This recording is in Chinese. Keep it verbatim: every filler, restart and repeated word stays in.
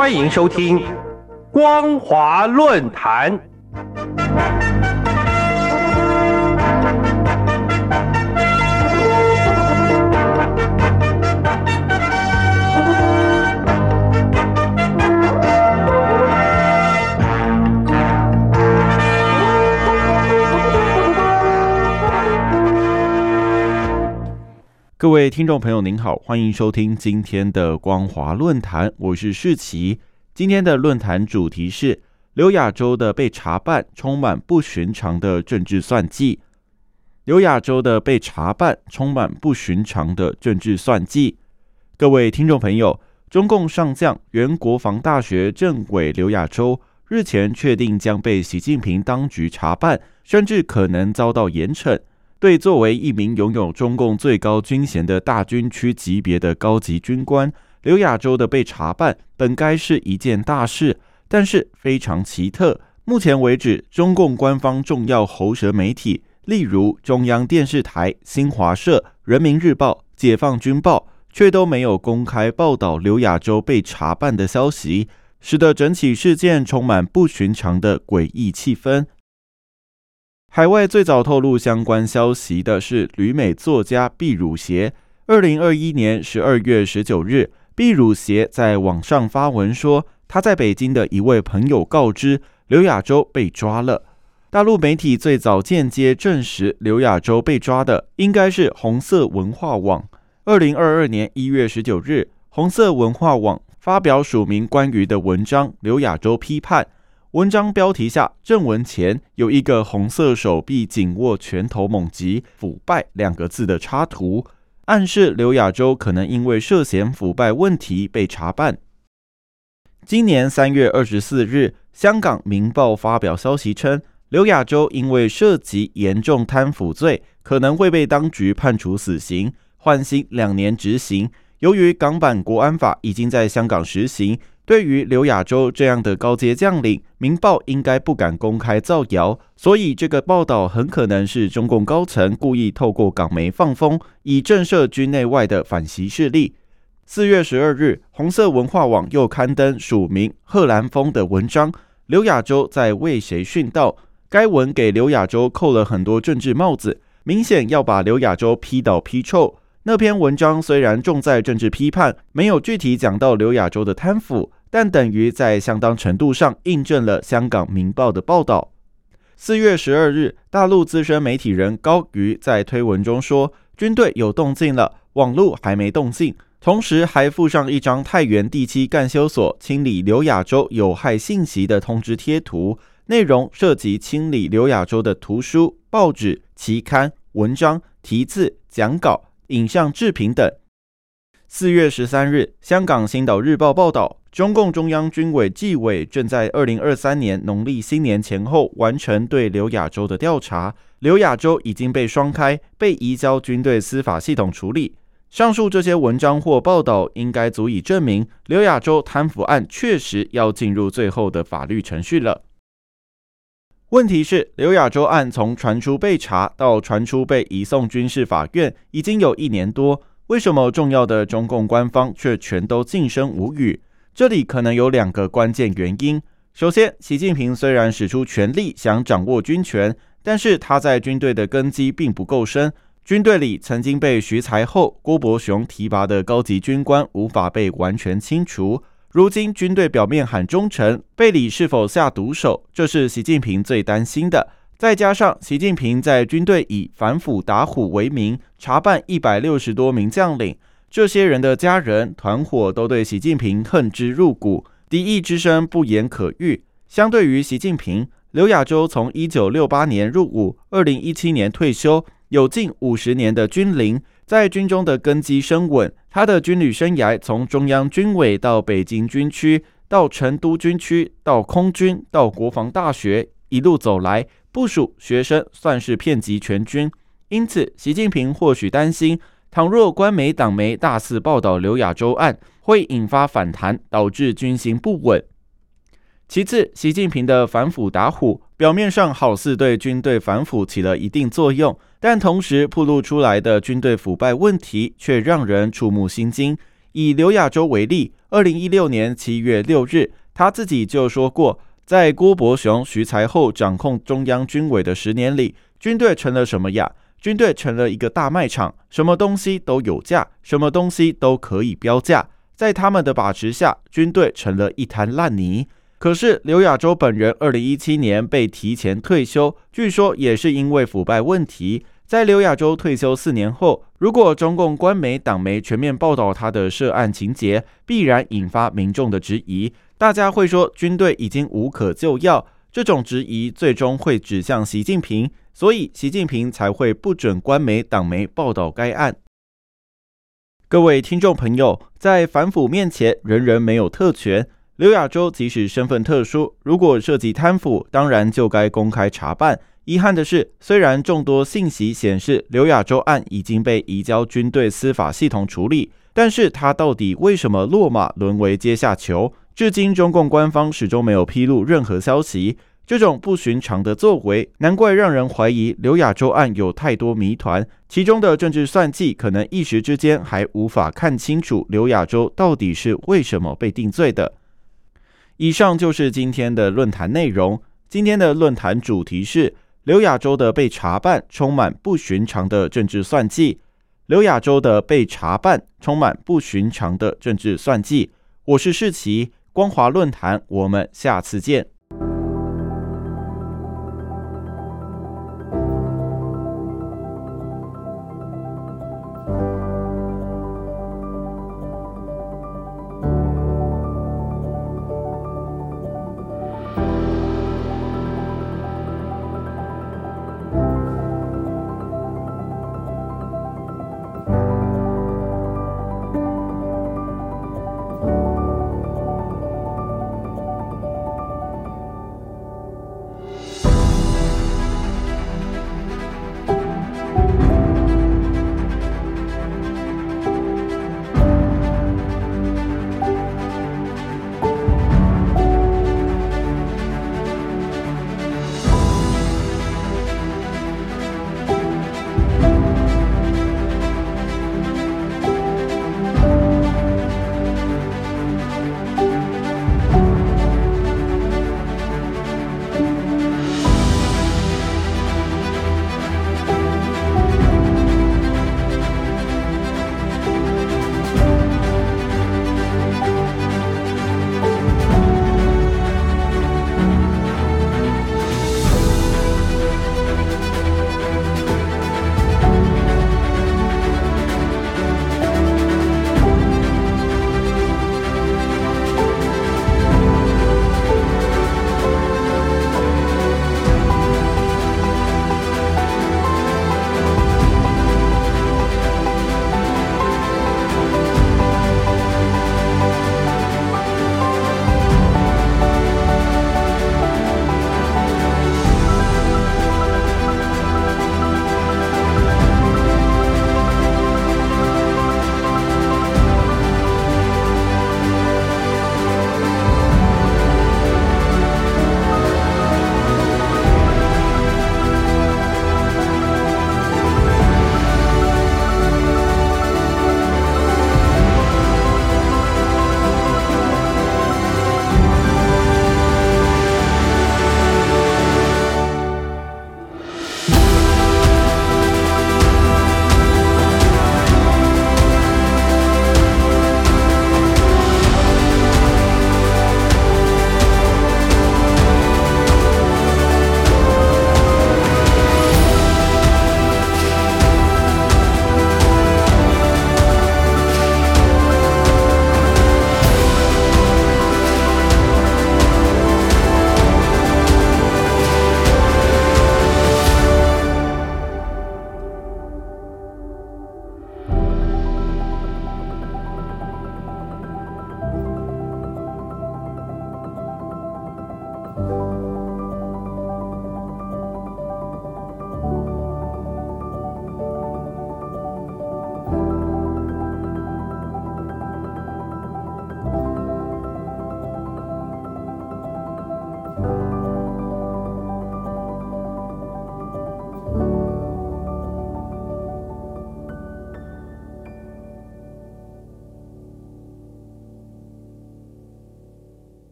欢迎收听光华论坛。 各位听众朋友您好，欢迎收听今天的光华论坛，我是世奇。今天的论坛主题是刘亚洲的被查办充满不寻常的政治算计。刘亚洲的被查办充满不寻常的政治算计。各位听众朋友，中共上将原国防大学政委刘亚洲日前确定将被习近平当局查办，甚至可能遭到严惩。对作为一名拥有中共最高军衔的大军区级别的高级军官，刘亚洲的被查办本该是一件大事，但是非常奇特。目前为止，中共官方重要喉舌媒体，例如中央电视台、新华社、人民日报、解放军报，却都没有公开报道刘亚洲被查办的消息，使得整起事件充满不寻常的诡异气氛。海外最早透露相关消息的是旅美作家毕汝协。二零二一年十二月十九日，毕汝协在网上发文说，他在北京的一位朋友告知刘亚洲被抓了。大陆媒体最早间接证实刘亚洲被抓的应该是红色文化网。二零二二年一月十九日，红色文化网发表署名关于的文章《刘亚洲批判》。文章标题下正文前有一个红色手臂紧握拳头猛击腐败两个字的插图，暗示刘亚洲可能因为涉嫌腐败问题被查办。今年三月二十四日，香港明报发表消息称，刘亚洲因为涉及严重贪腐罪，可能会被当局判处死刑，缓刑两年执行。由于港版国安法已经在香港实行，对于刘亚洲这样的高阶将领，明报应该不敢公开造谣，所以这个报道很可能是中共高层故意透过港媒放风，以震慑军内外的反习势力。四月十二日，红色文化网又刊登署名贺兰峰的文章《刘亚洲在为谁殉道》。该文给刘亚洲扣了很多政治帽子，明显要把刘亚洲批倒批臭。那篇文章虽然重在政治批判，没有具体讲到刘亚洲的贪腐，但等于在相当程度上印证了香港明报的报道。四月十二日，大陆资深媒体人高瑜在推文中说，军队有动静了，网络还没动静，同时还附上一张太原第七干休所清理刘亚洲有害信息的通知贴图，内容涉及清理刘亚洲的图书、报纸、期刊、文章、题字、讲稿、影像制品等。四月十三日，香港星岛日报报道，中共中央军委纪委正在二零二三年农历新年前后完成对刘亚洲的调查。刘亚洲已经被双开，被移交军队司法系统处理。上述这些文章或报道应该足以证明，刘亚洲贪腐案确实要进入最后的法律程序了。问题是，刘亚洲案从传出被查到传出被移送军事法院，已经有一年多。为什么重要的中共官方却全都噤声无语？这里可能有两个关键原因。首先，习近平虽然使出全力想掌握军权，但是他在军队的根基并不够深。军队里曾经被徐才厚、郭伯雄提拔的高级军官无法被完全清除。如今军队表面喊忠诚，背里是否下毒手，这是习近平最担心的。再加上习近平在军队以反腐打虎为名，查办一百六十多名将领，这些人的家人、团伙都对习近平恨之入骨，敌意之深不言可喻。相对于习近平，刘亚洲从一九六八年入伍，二零一七年退休，有近五十年的军龄，在军中的根基深稳。他的军旅生涯从中央军委到北京军区，到成都军区，到空军，到国防大学，一路走来，部属学生算是遍及全军。因此，习近平或许担心，倘若官媒党媒大肆报道刘亚洲案，会引发反弹，导致军心不稳。其次，习近平的反腐打虎，表面上好似对军队反腐起了一定作用，但同时暴露出来的军队腐败问题却让人触目心惊。以刘亚洲为例， 二零一六年七月六日，他自己就说过，在郭伯雄、徐才厚掌控中央军委的十年里，军队成了什么呀？军队成了一个大卖场，什么东西都有价，什么东西都可以标价。在他们的把持下，军队成了一滩烂泥。可是刘亚洲本人二零一七年被提前退休，据说也是因为腐败问题。在刘亚洲退休四年后，如果中共官媒、党媒全面报道他的涉案情节，必然引发民众的质疑。大家会说军队已经无可救药，这种质疑最终会指向习近平，所以习近平才会不准官媒、党媒报道该案。各位听众朋友，在反腐面前，人人没有特权。刘亚洲即使身份特殊，如果涉及贪腐，当然就该公开查办。遗憾的是，虽然众多信息显示刘亚洲案已经被移交军队司法系统处理，但是他到底为什么落马沦为阶下囚？至今中共官方始终没有披露任何消息。这种不寻常的作为，难怪让人怀疑刘亚洲案有太多谜团，其中的政治算计可能一时之间还无法看清楚刘亚洲到底是为什么被定罪的。以上就是今天的论坛内容。今天的论坛主题是刘亚洲的被查办充满不寻常的政治算计。刘亚洲的被查办充满不寻常的政治算计。我是世奇，光华论坛，我们下次见。